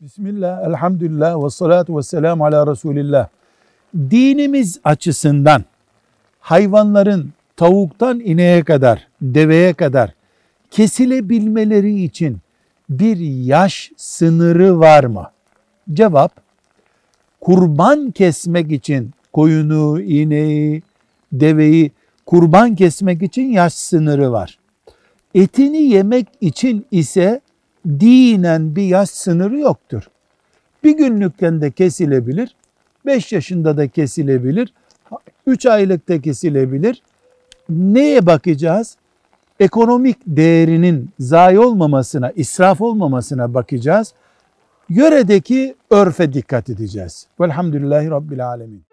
Bismillah, elhamdülillah ve salatu ve selamu ala Resulillah. Dinimiz açısından hayvanların tavuktan ineğe kadar, deveye kadar kesilebilmeleri için bir yaş sınırı var mı? Cevap, kurban kesmek için koyunu, ineği, deveyi kurban kesmek için yaş sınırı var. Etini yemek için ise dinen bir yaş sınırı yoktur. Bir günlükken de kesilebilir, 5 yaşında da kesilebilir, 3 aylıkta kesilebilir. Neye bakacağız? Ekonomik değerinin zayi olmamasına, israf olmamasına bakacağız. Yöredeki örfe dikkat edeceğiz. Velhamdülillahi Rabbil Alemin.